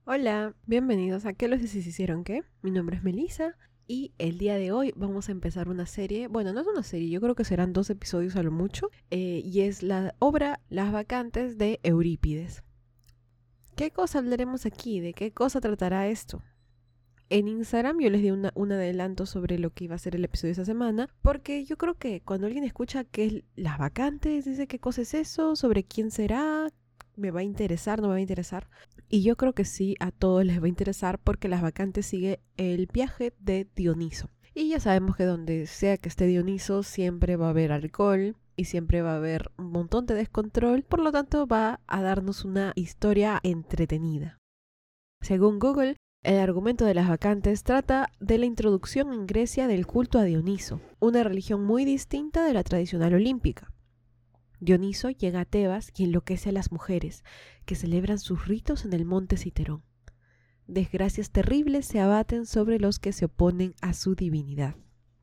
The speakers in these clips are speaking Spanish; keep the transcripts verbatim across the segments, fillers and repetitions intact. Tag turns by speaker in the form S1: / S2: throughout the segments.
S1: Hola, bienvenidos a ¿Qué los dioses hicieron qué? Mi nombre es Melissa y el día de hoy vamos a empezar una serie, bueno, no es una serie, yo creo que serán dos episodios a lo mucho, eh, y es la obra Las Bacantes de Eurípides. ¿Qué cosa hablaremos aquí? ¿De qué cosa tratará esto? En Instagram yo les di una, un adelanto sobre lo que iba a ser el episodio de esta semana, porque yo creo que cuando alguien escucha qué es Las Bacantes, dice qué cosa es eso, sobre quién será, me va a interesar, no me va a interesar. Y yo creo que sí, a todos les va a interesar porque Las Bacantes sigue el viaje de Dioniso. Y ya sabemos que donde sea que esté Dioniso siempre va a haber alcohol y siempre va a haber un montón de descontrol, por lo tanto va a darnos una historia entretenida. Según Google, el argumento de Las Bacantes trata de la introducción en Grecia del culto a Dioniso, una religión muy distinta de la tradicional olímpica. Dioniso llega a Tebas y enloquece a las mujeres, que celebran sus ritos en el monte Citerón. Desgracias terribles se abaten sobre los que se oponen a su divinidad.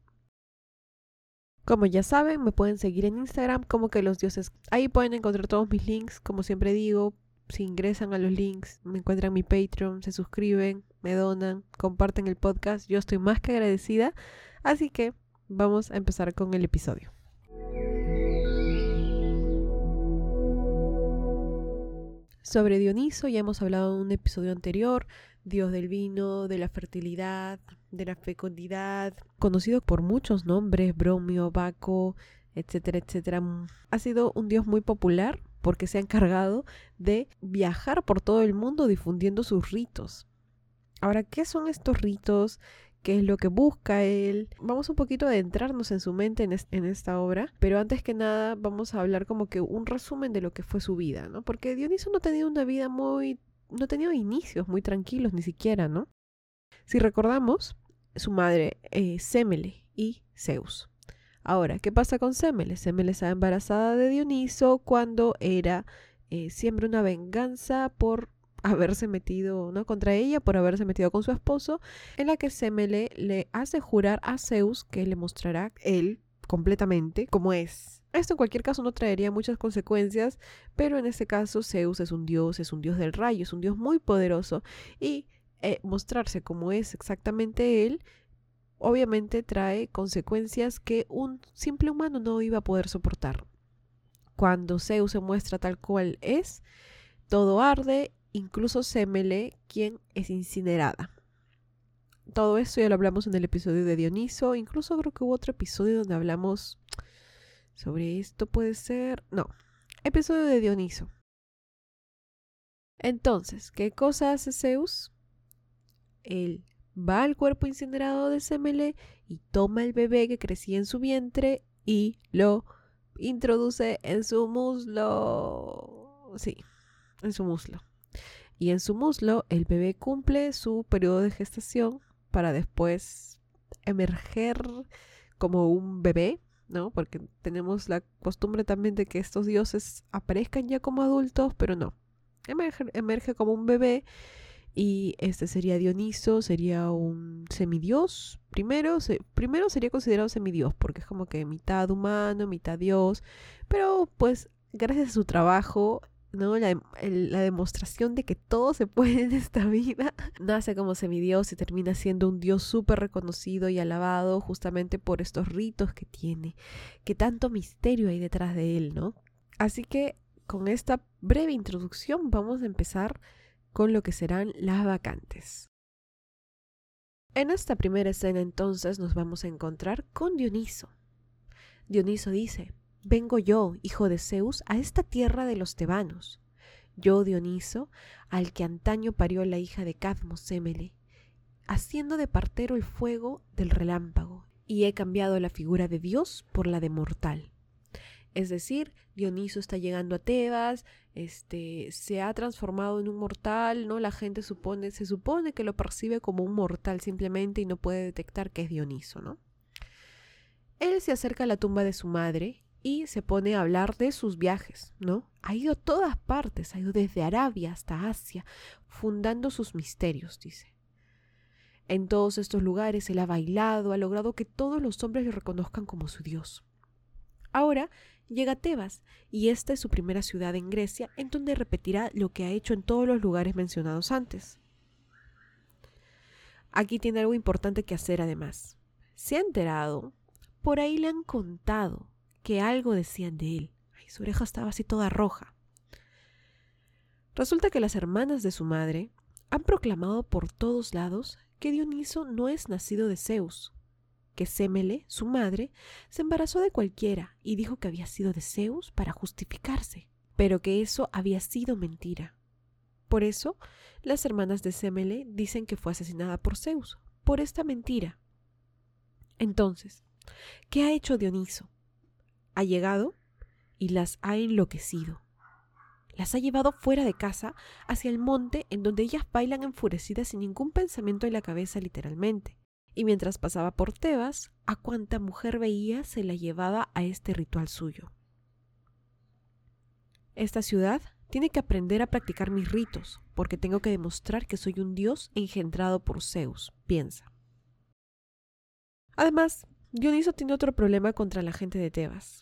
S1: Como ya saben, me pueden seguir en Instagram como que los dioses. Ahí pueden encontrar todos mis links, como siempre digo. Si ingresan a los links, me encuentran mi Patreon, se suscriben, me donan, comparten el podcast. Yo estoy más que agradecida. Así que vamos a empezar con el episodio. Sobre Dioniso ya hemos hablado en un episodio anterior, dios del vino, de la fertilidad, de la fecundidad, conocido por muchos nombres, Bromio, Baco, etcétera, etcétera. Ha sido un dios muy popular porque se ha encargado de viajar por todo el mundo difundiendo sus ritos. Ahora, ¿qué son estos ritos? ¿Qué es lo que busca él? Vamos un poquito a adentrarnos en su mente en, es, en esta obra, pero antes que nada vamos a hablar como que un resumen de lo que fue su vida, ¿no? Porque Dioniso no ha tenido una vida muy... no ha tenido inicios muy tranquilos ni siquiera, ¿no? Si recordamos, su madre, eh, Sémele y Zeus. Ahora, ¿qué pasa con Sémele? Sémele estaba embarazada de Dioniso cuando era eh, siempre una venganza por haberse metido, ¿no?, contra ella, por haberse metido con su esposo, en la que Sémele le hace jurar a Zeus que le mostrará él completamente cómo es. Esto en cualquier caso no traería muchas consecuencias, pero en este caso Zeus es un dios, es un dios del rayo, es un dios muy poderoso, y eh, mostrarse como es exactamente él obviamente trae consecuencias que un simple humano no iba a poder soportar. Cuando Zeus se muestra tal cual es, todo arde, incluso Sémele, quien es incinerada. Todo esto ya lo hablamos en el episodio de Dioniso, incluso creo que hubo otro episodio donde hablamos sobre esto, puede ser... No, episodio de Dioniso. Entonces, ¿qué cosa hace Zeus? Él va al cuerpo incinerado de Sémele y toma el bebé que crecía en su vientre y lo introduce en su muslo. Sí, en su muslo. Y en su muslo el bebé cumple su periodo de gestación para después emerger como un bebé, ¿no? Porque tenemos la costumbre también de que estos dioses aparezcan ya como adultos, pero no. Emerge, emerge como un bebé. Y este sería Dioniso, sería un semidios. Primero, se, primero sería considerado semidios porque es como que mitad humano, mitad dios. Pero pues gracias a su trabajo, ¿no?, la, el, la demostración de que todo se puede en esta vida, nace como semidios y termina siendo un dios súper reconocido y alabado justamente por estos ritos que tiene. Que tanto misterio hay detrás de él, ¿no? Así que con esta breve introducción vamos a empezar con lo que serán las bacantes. En esta primera escena entonces nos vamos a encontrar con Dioniso. Dioniso dice: vengo yo, hijo de Zeus, a esta tierra de los tebanos. Yo, Dioniso, al que antaño parió la hija de Cadmo, Sémele, haciendo de partero el fuego del relámpago, y he cambiado la figura de Dios por la de mortal. Es decir, Dioniso está llegando a Tebas, este, se ha transformado en un mortal, ¿no? La gente supone, se supone que lo percibe como un mortal simplemente y no puede detectar que es Dioniso, ¿no? Él se acerca a la tumba de su madre y se pone a hablar de sus viajes, ¿no? Ha ido a todas partes, ha ido desde Arabia hasta Asia, fundando sus misterios, dice. En todos estos lugares él ha bailado, ha logrado que todos los hombres lo reconozcan como su dios. Ahora llega a Tebas, y esta es su primera ciudad en Grecia, en donde repetirá lo que ha hecho en todos los lugares mencionados antes. aquí tiene algo importante que hacer además. Se ha enterado, por ahí le han contado que algo decían de él. Ay, su oreja estaba así toda roja. Resulta que las hermanas de su madre han proclamado por todos lados que Dioniso no es nacido de Zeus, que Sémele, su madre, se embarazó de cualquiera y dijo que había sido de Zeus para justificarse, pero que eso había sido mentira. Por eso, las hermanas de Sémele dicen que fue asesinada por Zeus, por esta mentira. Entonces, ¿qué ha hecho Dioniso? Ha llegado y las ha enloquecido. Las ha llevado fuera de casa hacia el monte en donde ellas bailan enfurecidas sin ningún pensamiento en la cabeza literalmente. Y mientras pasaba por Tebas, a cuanta mujer veía se la llevaba a este ritual suyo. Esta ciudad tiene que aprender a practicar mis ritos, porque tengo que demostrar que soy un dios engendrado por Zeus, piensa. Además, Dioniso tiene otro problema contra la gente de Tebas.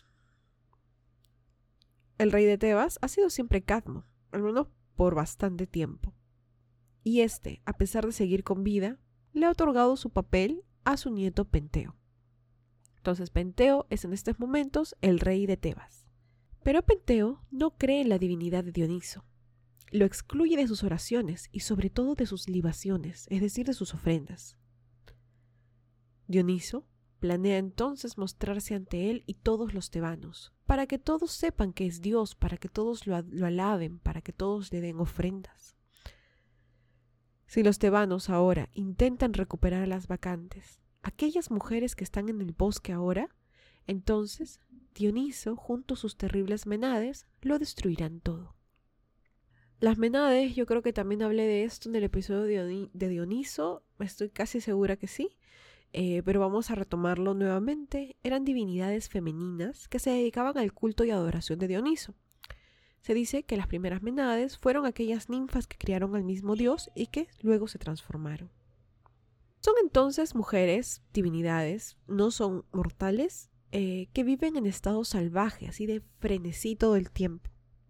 S1: El rey de Tebas ha sido siempre Cadmo, al menos por bastante tiempo. Y este, a pesar de seguir con vida, le ha otorgado su papel a su nieto Penteo. Entonces Penteo es en estos momentos el rey de Tebas. Pero Penteo no cree en la divinidad de Dioniso. Lo excluye de sus oraciones y sobre todo de sus libaciones, es decir, de sus ofrendas. Dioniso planea entonces mostrarse ante él y todos los tebanos, para que todos sepan que es Dios, para que todos lo, lo alaben, para que todos le den ofrendas. Si los tebanos ahora intentan recuperar a las bacantes, aquellas mujeres que están en el bosque ahora, entonces Dioniso, junto a sus terribles menades, lo destruirán todo. Las menades, yo creo que también hablé de esto en el episodio de Dioniso, estoy casi segura que sí. Eh, pero vamos a retomarlo nuevamente. Eran divinidades femeninas que se dedicaban al culto y adoración de Dioniso. Se dice que las primeras menades fueron aquellas ninfas que criaron al mismo dios y que luego se transformaron. Son entonces mujeres, divinidades, no son mortales, eh, que viven en estado salvaje, así de frenesí todo el tiempo.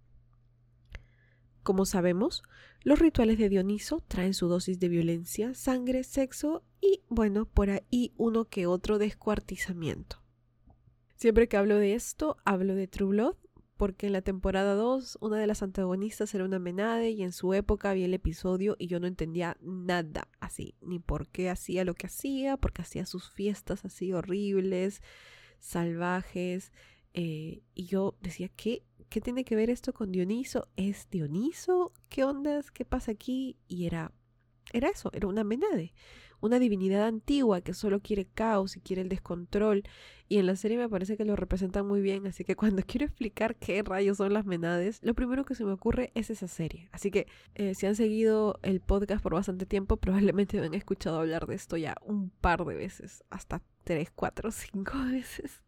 S1: Como sabemos, los rituales de Dioniso traen su dosis de violencia, sangre, sexo y, bueno, por ahí uno que otro descuartizamiento. Siempre que hablo de esto, hablo de True Blood, porque en la temporada dos una de las antagonistas era una menade y en su época vi el episodio y yo no entendía nada así, ni por qué hacía lo que hacía, porque hacía sus fiestas así horribles, salvajes, eh, y yo decía, ¿qué? ¿Qué tiene que ver esto con Dioniso? ¿Es Dioniso? ¿Qué ondas? ¿Qué pasa aquí? Y era, era eso, era una menade, una divinidad antigua que solo quiere caos y quiere el descontrol. Y en la serie me parece que lo representan muy bien, así que cuando quiero explicar qué rayos son las menades, lo primero que se me ocurre es esa serie. Así que eh, si han seguido el podcast por bastante tiempo, probablemente me han escuchado hablar de esto ya un par de veces, hasta tres, cuatro, cinco veces.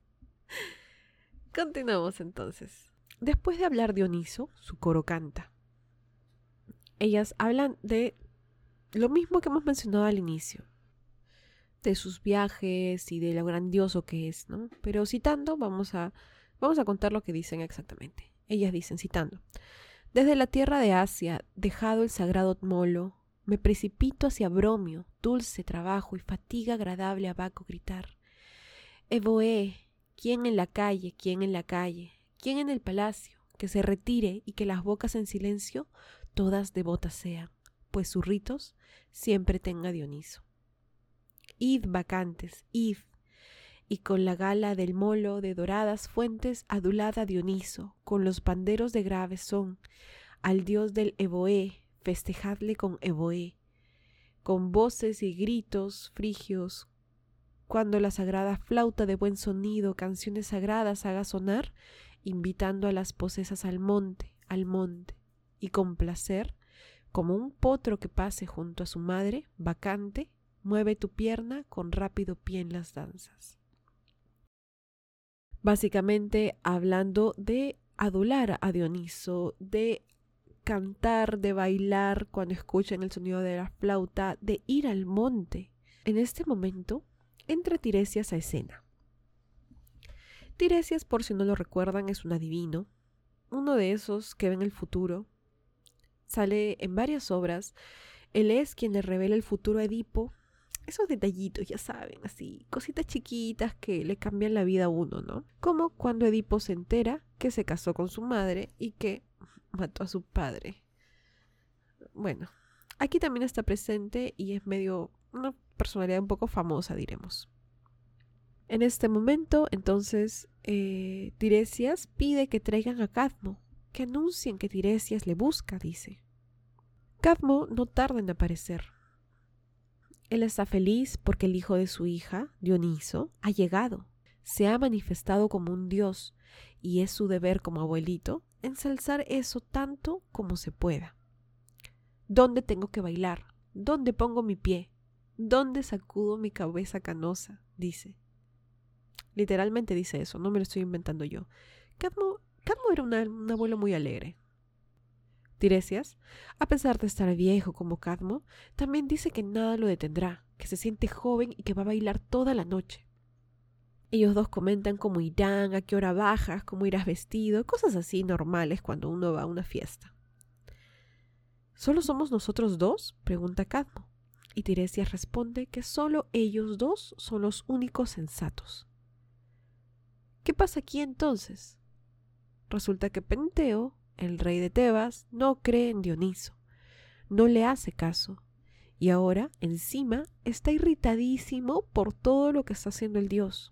S1: Continuamos entonces. Después de hablar Dioniso, su coro canta. Ellas hablan de lo mismo que hemos mencionado al inicio, de sus viajes y de lo grandioso que es, ¿no? Pero citando, vamos a, vamos a contar lo que dicen exactamente. Ellas dicen, citando, desde la tierra de Asia, dejado el sagrado Molo, me precipito hacia Bromio, dulce trabajo y fatiga agradable a Baco gritar. Evoé, ¿quién en la calle, quién en la calle? ¿Quién en el palacio? Que se retire y que las bocas en silencio todas devotas sean, pues sus ritos siempre tenga Dioniso. Id bacantes, id, y con la gala del molo de doradas fuentes adulada Dioniso, con los panderos de grave son, al dios del Evoé, festejadle con Evoé, con voces y gritos frigios, cuando la sagrada flauta de buen sonido canciones sagradas haga sonar, invitando a las posesas al monte, al monte, y con placer, como un potro que pase junto a su madre, bacante, mueve tu pierna con rápido pie en las danzas. Básicamente hablando de adular a Dioniso, de cantar, de bailar cuando escuchan el sonido de la flauta, de ir al monte. En este momento entra Tiresias a escena. Tiresias, por si no lo recuerdan, es un adivino, uno de esos que ven el futuro. Sale en varias obras. Él es quien le revela el futuro a Edipo esos detallitos, ya saben, así, cositas chiquitas que le cambian la vida a uno, ¿no? Como cuando Edipo se entera que se casó con su madre y que mató a su padre. Bueno, aquí también está presente y es medio una personalidad un poco famosa, diremos. En este momento, entonces, eh, Tiresias pide que traigan a Cadmo, que anuncien que Tiresias le busca, dice. Cadmo no tarda en aparecer. Él está feliz porque el hijo de su hija, Dioniso, ha llegado. Se ha manifestado como un dios y es su deber como abuelito ensalzar eso tanto como se pueda. ¿Dónde tengo que bailar? ¿Dónde pongo mi pie? ¿Dónde sacudo mi cabeza canosa? Dice. Literalmente dice eso, no me lo estoy inventando yo. Cadmo, Cadmo era una, un abuelo muy alegre. Tiresias, a pesar de estar viejo como Cadmo, también dice que nada lo detendrá, que se siente joven y que va a bailar toda la noche. Ellos dos comentan cómo irán, a qué hora bajas, cómo irás vestido, cosas así normales cuando uno va a una fiesta. ¿Solo somos nosotros dos?, pregunta Cadmo, y Tiresias responde que solo ellos dos son los únicos sensatos. ¿Qué pasa aquí entonces? Resulta que Penteo, el rey de Tebas, no cree en Dioniso, no le hace caso, y ahora, encima, está irritadísimo por todo lo que está haciendo el dios.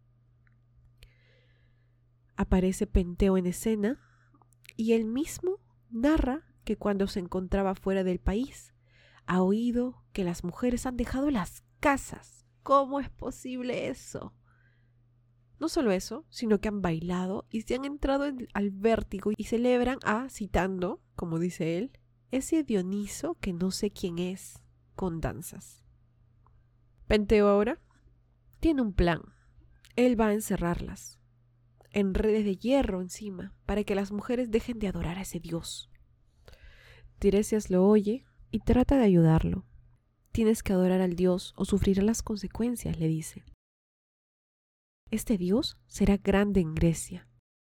S1: Aparece Penteo en escena, y él mismo narra que cuando se encontraba fuera del país, ha oído que las mujeres han dejado las casas. ¿Cómo es posible eso? No solo eso, sino que han bailado y se han entrado en, al vértigo y celebran a, citando, como dice él, ese Dioniso que no sé quién es, con danzas. Penteo ahora tiene un plan. Él va a encerrarlas en redes de hierro encima para que las mujeres dejen de adorar a ese dios. Tiresias lo oye y trata de ayudarlo. Tienes que adorar al dios o sufrirás las consecuencias, le dice. Este dios será grande en Grecia.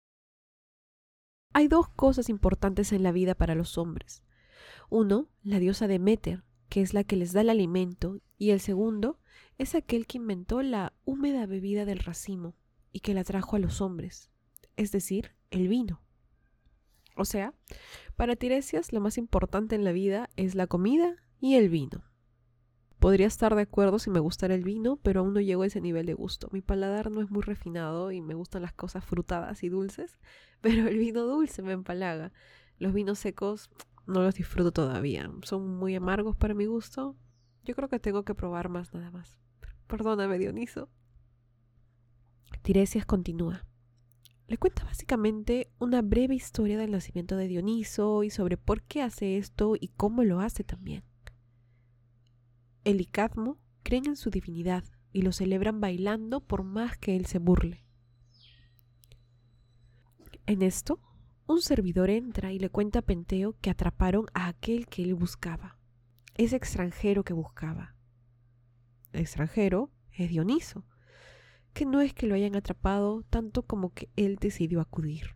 S1: Hay dos cosas importantes en la vida para los hombres. Uno, la diosa Deméter, que es la que les da el alimento, y el segundo es aquel que inventó la húmeda bebida del racimo y que la trajo a los hombres, es decir, el vino. O sea, para Tiresias lo más importante en la vida es la comida y el vino. Podría estar de acuerdo si me gustara el vino, pero aún no llego a ese nivel de gusto. Mi paladar no es muy refinado y me gustan las cosas frutadas y dulces, pero el vino dulce me empalaga. Los vinos secos no los disfruto todavía. Son muy amargos para mi gusto. Yo creo que tengo que probar más nada más. Perdóname, Dioniso. Tiresias continúa. Le cuenta básicamente una breve historia del nacimiento de Dioniso y sobre por qué hace esto y cómo lo hace también. Él y Cadmo creen en su divinidad y lo celebran bailando por más que él se burle. En esto, un servidor entra y le cuenta a Penteo que atraparon a aquel que él buscaba, ese extranjero que buscaba. El extranjero es Dioniso, que no es que lo hayan atrapado tanto como que él decidió acudir.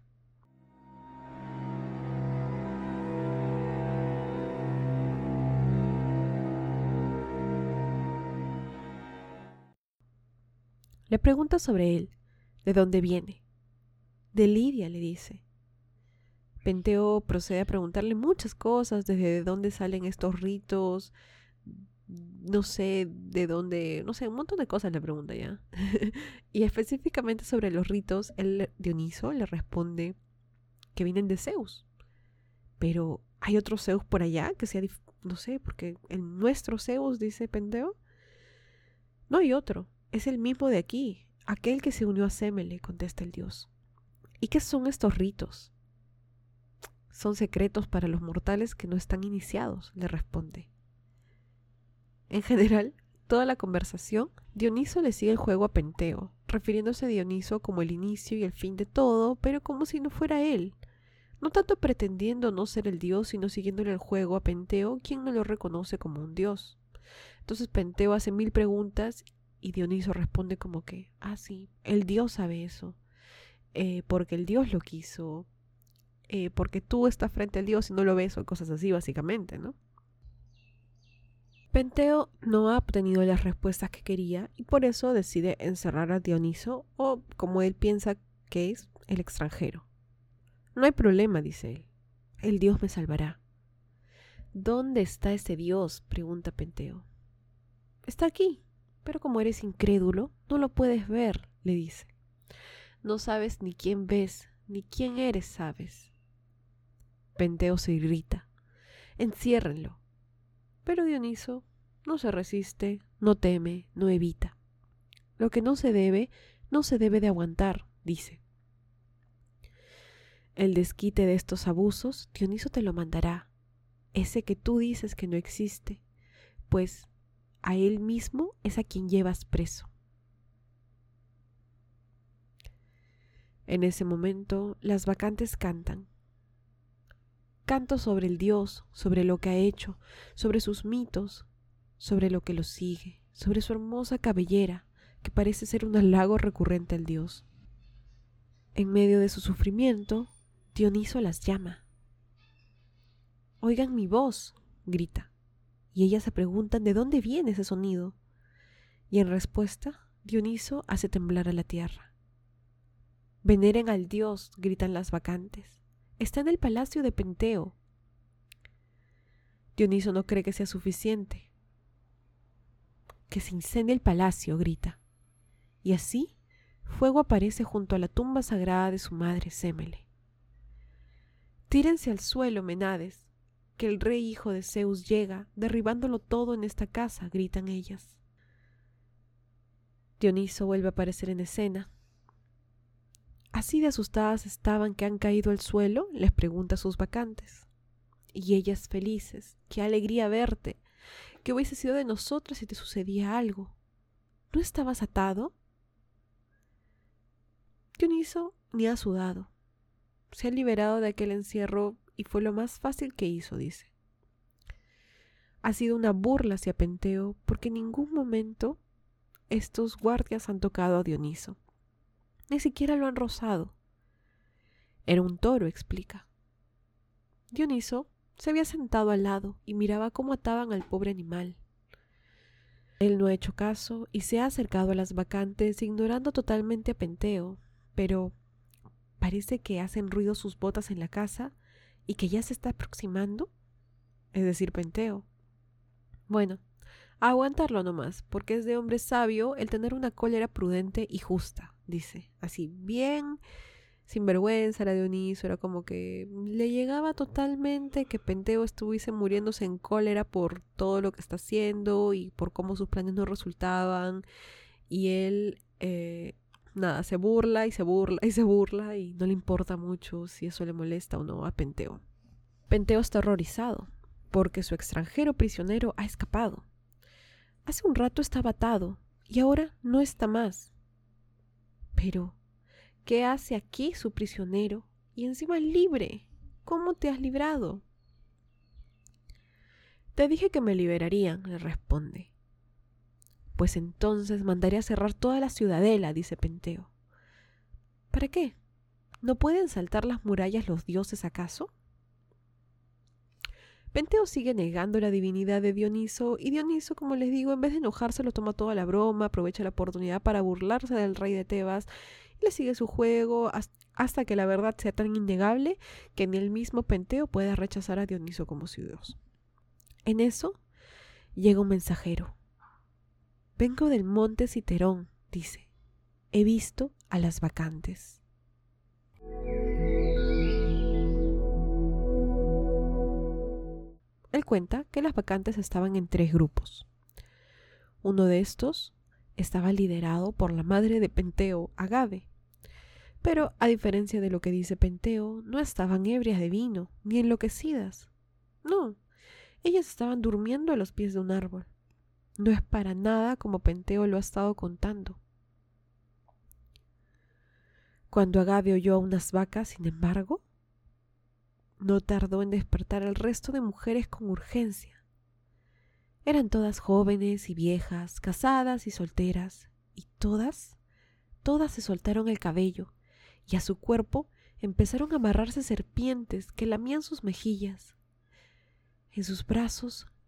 S1: Le pregunta sobre él, de dónde viene. De Lidia, le dice. Penteo procede a preguntarle muchas cosas, desde de dónde salen estos ritos, no sé de dónde, no sé, un montón de cosas le pregunta ya. Y específicamente sobre los ritos, el Dioniso le responde que vienen de Zeus. Pero ¿hay otro Zeus por allá que sea, dif- no sé, porque el nuestro Zeus, dice Penteo? No hay otro. Es el mismo de aquí, aquel que se unió a Semele, contesta el dios. ¿Y qué son estos ritos? Son secretos para los mortales que no están iniciados, le responde. En general, toda la conversación, Dioniso le sigue el juego a Penteo, refiriéndose a Dioniso como el inicio y el fin de todo, pero como si no fuera él. No tanto pretendiendo no ser el dios, sino siguiéndole el juego a Penteo, quien no lo reconoce como un dios. Entonces Penteo hace mil preguntas y Dioniso responde como que, ah, sí, el dios sabe eso, eh, porque el dios lo quiso, eh, porque tú estás frente al dios y no lo ves o cosas así básicamente, ¿no? Penteo no ha obtenido las respuestas que quería y por eso decide encerrar a Dioniso, o como él piensa que es, el extranjero. No hay problema, dice él. El Dios me salvará. ¿Dónde está ese Dios?, pregunta Penteo. Está aquí, pero como eres incrédulo, no lo puedes ver, le dice. No sabes ni quién ves, ni quién eres sabes. Penteo se irrita. Enciérrenlo. Pero Dioniso no se resiste, no teme, no evita. Lo que no se debe, no se debe de aguantar, dice. El desquite de estos abusos, Dioniso te lo mandará, ese que tú dices que no existe, pues a él mismo es a quien llevas preso. En ese momento, las bacantes cantan. Canto sobre el Dios, sobre lo que ha hecho, sobre sus mitos, sobre lo que lo sigue, sobre su hermosa cabellera, que parece ser un halago recurrente al Dios. En medio de su sufrimiento, Dioniso las llama. Oigan mi voz, grita, y ellas se preguntan de dónde viene ese sonido. Y en respuesta, Dioniso hace temblar a la tierra. Veneren al Dios, gritan las bacantes. Está en el palacio de Penteo. Dioniso no cree que sea suficiente. Que se incendie el palacio, grita. Y así, fuego aparece junto a la tumba sagrada de su madre Sémele. Tírense al suelo, Menades, que el rey hijo de Zeus llega, derribándolo todo en esta casa, gritan ellas. Dioniso vuelve a aparecer en escena. Así de asustadas estaban que han caído al suelo, les pregunta a sus bacantes. Y ellas felices, qué alegría verte, que hubiese sido de nosotras si te sucedía algo. ¿No estabas atado? Dioniso ni ha sudado. Se ha liberado de aquel encierro y fue lo más fácil que hizo, dice. Ha sido una burla hacia Penteo porque en ningún momento estos guardias han tocado a Dioniso. Ni siquiera lo han rozado. Era un toro, explica. Dioniso se había sentado al lado y miraba cómo ataban al pobre animal. Él no ha hecho caso y se ha acercado a las bacantes ignorando totalmente a Penteo, pero parece que hacen ruido sus botas en la casa y que ya se está aproximando, es decir, Penteo. Bueno, a aguantarlo nomás, porque es de hombre sabio el tener una cólera prudente y justa, dice, así bien sinvergüenza era Dioniso, era como que le llegaba totalmente que Penteo estuviese muriéndose en cólera por todo lo que está haciendo y por cómo sus planes no resultaban, y él, eh, nada, se burla y se burla y se burla y no le importa mucho si eso le molesta o no a Penteo. Penteo está horrorizado, porque su extranjero prisionero ha escapado. Hace un rato estaba atado y ahora no está más. Pero, ¿qué hace aquí su prisionero y encima libre? ¿Cómo te has librado? Te dije que me liberarían, le responde. Pues entonces mandaré a cerrar toda la ciudadela, dice Penteo. ¿Para qué? ¿No pueden saltar las murallas los dioses acaso? Penteo sigue negando la divinidad de Dioniso y Dioniso, como les digo, en vez de enojarse lo toma toda la broma, aprovecha la oportunidad para burlarse del rey de Tebas y le sigue su juego hasta que la verdad sea tan innegable que ni el mismo Penteo pueda rechazar a Dioniso como su dios. En eso llega un mensajero. Vengo del monte Citerón, dice. He visto a las bacantes. Él cuenta que las bacantes estaban en tres grupos. Uno de estos estaba liderado por la madre de Penteo, Agave. Pero, a diferencia de lo que dice Penteo, no estaban ebrias de vino, ni enloquecidas. No, ellas estaban durmiendo a los pies de un árbol. No es para nada como Penteo lo ha estado contando. Cuando Agave oyó a unas vacas, sin embargo, no tardó en despertar al resto de mujeres con urgencia. Eran todas jóvenes y viejas, casadas y solteras, y todas, todas se soltaron el cabello, y a su cuerpo empezaron a amarrarse serpientes que lamían sus mejillas. En sus brazos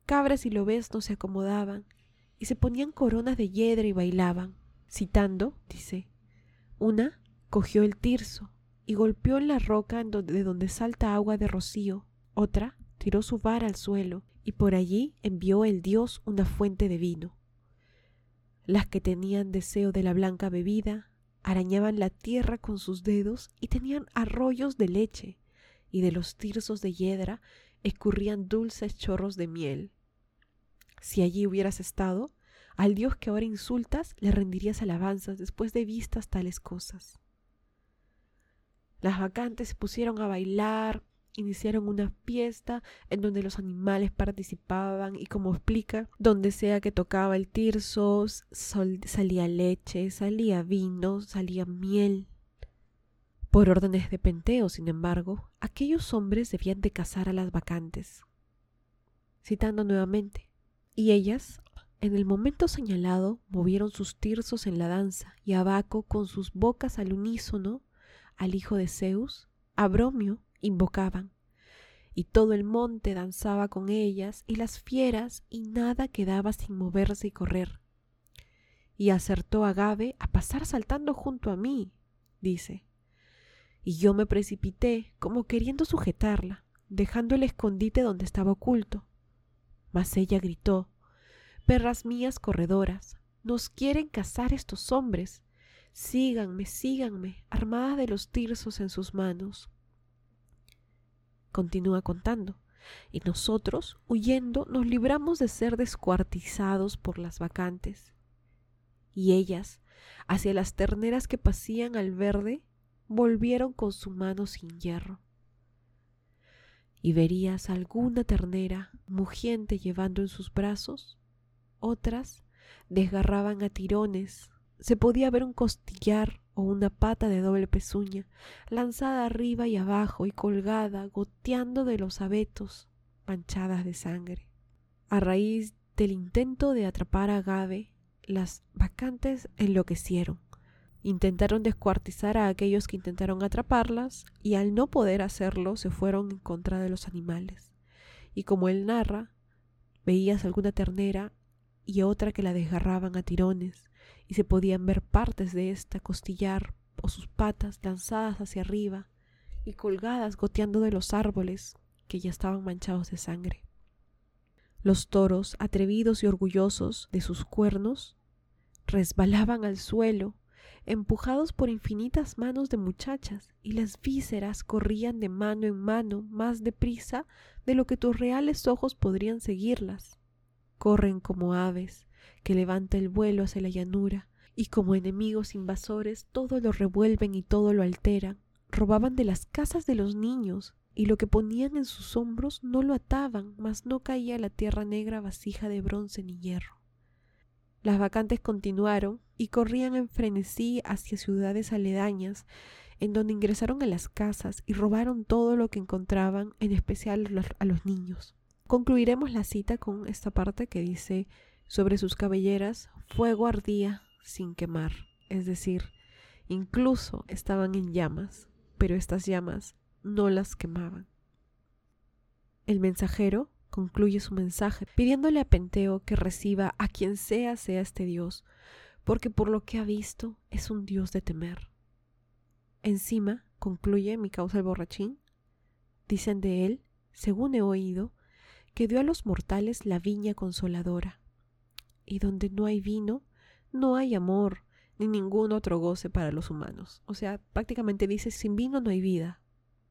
S1: cabras y lobeznos se acomodaban y se ponían coronas de hiedra y bailaban. Citando, dice, una cogió el tirso y golpeó en la roca en donde, de donde salta agua de rocío. Otra tiró su vara al suelo y por allí envió el dios una fuente de vino. Las que tenían deseo de la blanca bebida arañaban la tierra con sus dedos y tenían arroyos de leche, y de los tirsos de hiedra escurrían dulces chorros de miel. Si allí hubieras estado, al dios que ahora insultas le rendirías alabanzas después de vistas tales cosas. Las bacantes se pusieron a bailar, iniciaron una fiesta en donde los animales participaban y, como explica, donde sea que tocaba el tirso sol, salía leche, salía vino, salía miel. Por órdenes de Penteo, sin embargo, aquellos hombres debían de cazar a las bacantes. Citando nuevamente, y ellas, en el momento señalado, movieron sus tirsos en la danza, y a Baco, con sus bocas al unísono, al hijo de Zeus, a Bromio, invocaban, y todo el monte danzaba con ellas, y las fieras, y nada quedaba sin moverse y correr. Y acertó Agave a pasar saltando junto a mí, dice, y yo me precipité como queriendo sujetarla, dejando el escondite donde estaba oculto. Mas ella gritó, perras mías corredoras, nos quieren cazar estos hombres, síganme, síganme, armadas de los tirsos en sus manos. Continúa contando, y nosotros, huyendo, nos libramos de ser descuartizados por las bacantes. Y ellas, hacia las terneras que pasían al verde, volvieron con su mano sin hierro. Y verías alguna ternera mugiente llevando en sus brazos, otras desgarraban a tirones, se podía ver un costillar o una pata de doble pezuña, lanzada arriba y abajo y colgada, goteando de los abetos, manchadas de sangre. A raíz del intento de atrapar a Agave, las bacantes enloquecieron. Intentaron descuartizar a aquellos que intentaron atraparlas y al no poder hacerlo se fueron en contra de los animales. Y como él narra, veías alguna ternera y otra que la desgarraban a tirones y se podían ver partes de esta costillar o sus patas lanzadas hacia arriba y colgadas goteando de los árboles que ya estaban manchados de sangre. Los toros, atrevidos y orgullosos de sus cuernos, resbalaban al suelo, empujados por infinitas manos de muchachas, y las vísceras corrían de mano en mano más deprisa de lo que tus reales ojos podrían seguirlas. Corren como aves que levanta el vuelo hacia la llanura, y como enemigos invasores todo lo revuelven y todo lo alteran. Robaban de las casas de los niños, y lo que ponían en sus hombros no lo ataban, mas no caía a la tierra negra vasija de bronce ni hierro. Las bacantes continuaron y corrían en frenesí hacia ciudades aledañas, en donde ingresaron a las casas y robaron todo lo que encontraban, en especial a los niños. Concluiremos la cita con esta parte que dice: sobre sus cabelleras fuego ardía sin quemar, es decir, incluso estaban en llamas, pero estas llamas no las quemaban. El mensajero concluye su mensaje pidiéndole a Penteo que reciba a quien sea sea este dios, porque por lo que ha visto es un dios de temer. Encima, concluye mi causa el borrachín, dicen de él, según he oído, que dio a los mortales la viña consoladora, y donde no hay vino, no hay amor, ni ningún otro goce para los humanos. O sea, prácticamente dice, sin vino no hay vida.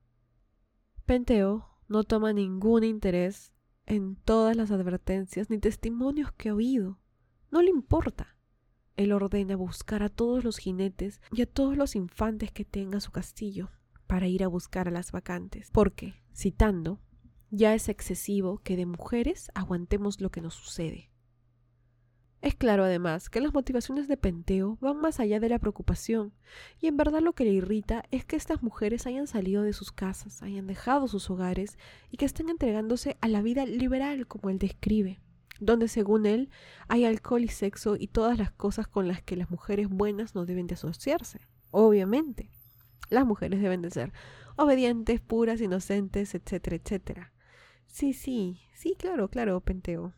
S1: Penteo no toma ningún interés en todas las advertencias ni testimonios que ha oído. No le importa. Él ordena buscar a todos los jinetes y a todos los infantes que tenga su castillo para ir a buscar a las bacantes, porque, citando, ya es excesivo que de mujeres aguantemos lo que nos sucede. Es claro, además, que las motivaciones de Penteo van más allá de la preocupación, y en verdad lo que le irrita es que estas mujeres hayan salido de sus casas, hayan dejado sus hogares y que estén entregándose a la vida liberal como él describe, donde según él hay alcohol y sexo y todas las cosas con las que las mujeres buenas no deben de asociarse. Obviamente, las mujeres deben de ser obedientes, puras, inocentes, etcétera, etcétera. Sí, sí, sí, claro, claro, Penteo.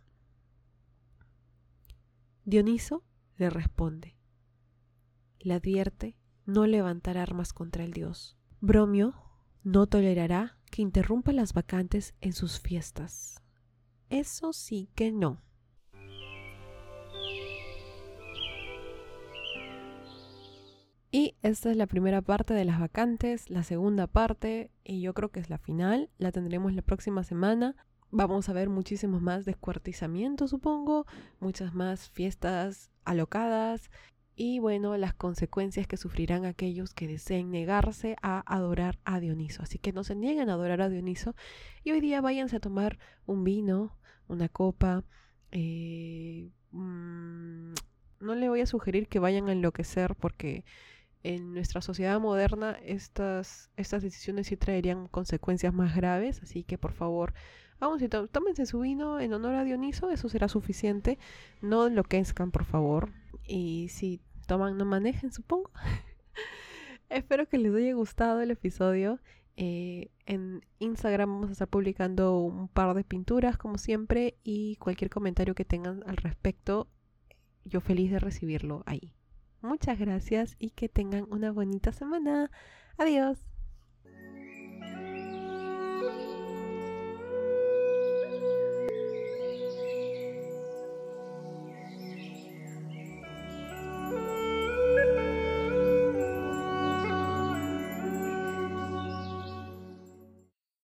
S1: Dioniso le responde, le advierte no levantar armas contra el dios. Bromio no tolerará que interrumpa las vacantes en sus fiestas. Eso sí que no. Y esta es la primera parte de las vacantes. La segunda parte, y yo creo que es la final, la tendremos la próxima semana. Vamos a ver muchísimos más descuartizamientos, supongo, muchas más fiestas alocadas y bueno, las consecuencias que sufrirán aquellos que deseen negarse a adorar a Dioniso. Así que no se nieguen a adorar a Dioniso y hoy día váyanse a tomar un vino, una copa. Eh, mmm, no le voy a sugerir que vayan a enloquecer porque en nuestra sociedad moderna estas, estas decisiones sí traerían consecuencias más graves, así que por favor, vamos y tó- tómense su vino en honor a Dioniso, eso será suficiente, no enloquezcan por favor, y si toman no manejen supongo. Espero que les haya gustado el episodio. Eh, en Instagram vamos a estar publicando un par de pinturas como siempre y cualquier comentario que tengan al respecto, yo feliz de recibirlo ahí. Muchas gracias y que tengan una bonita semana. Adiós.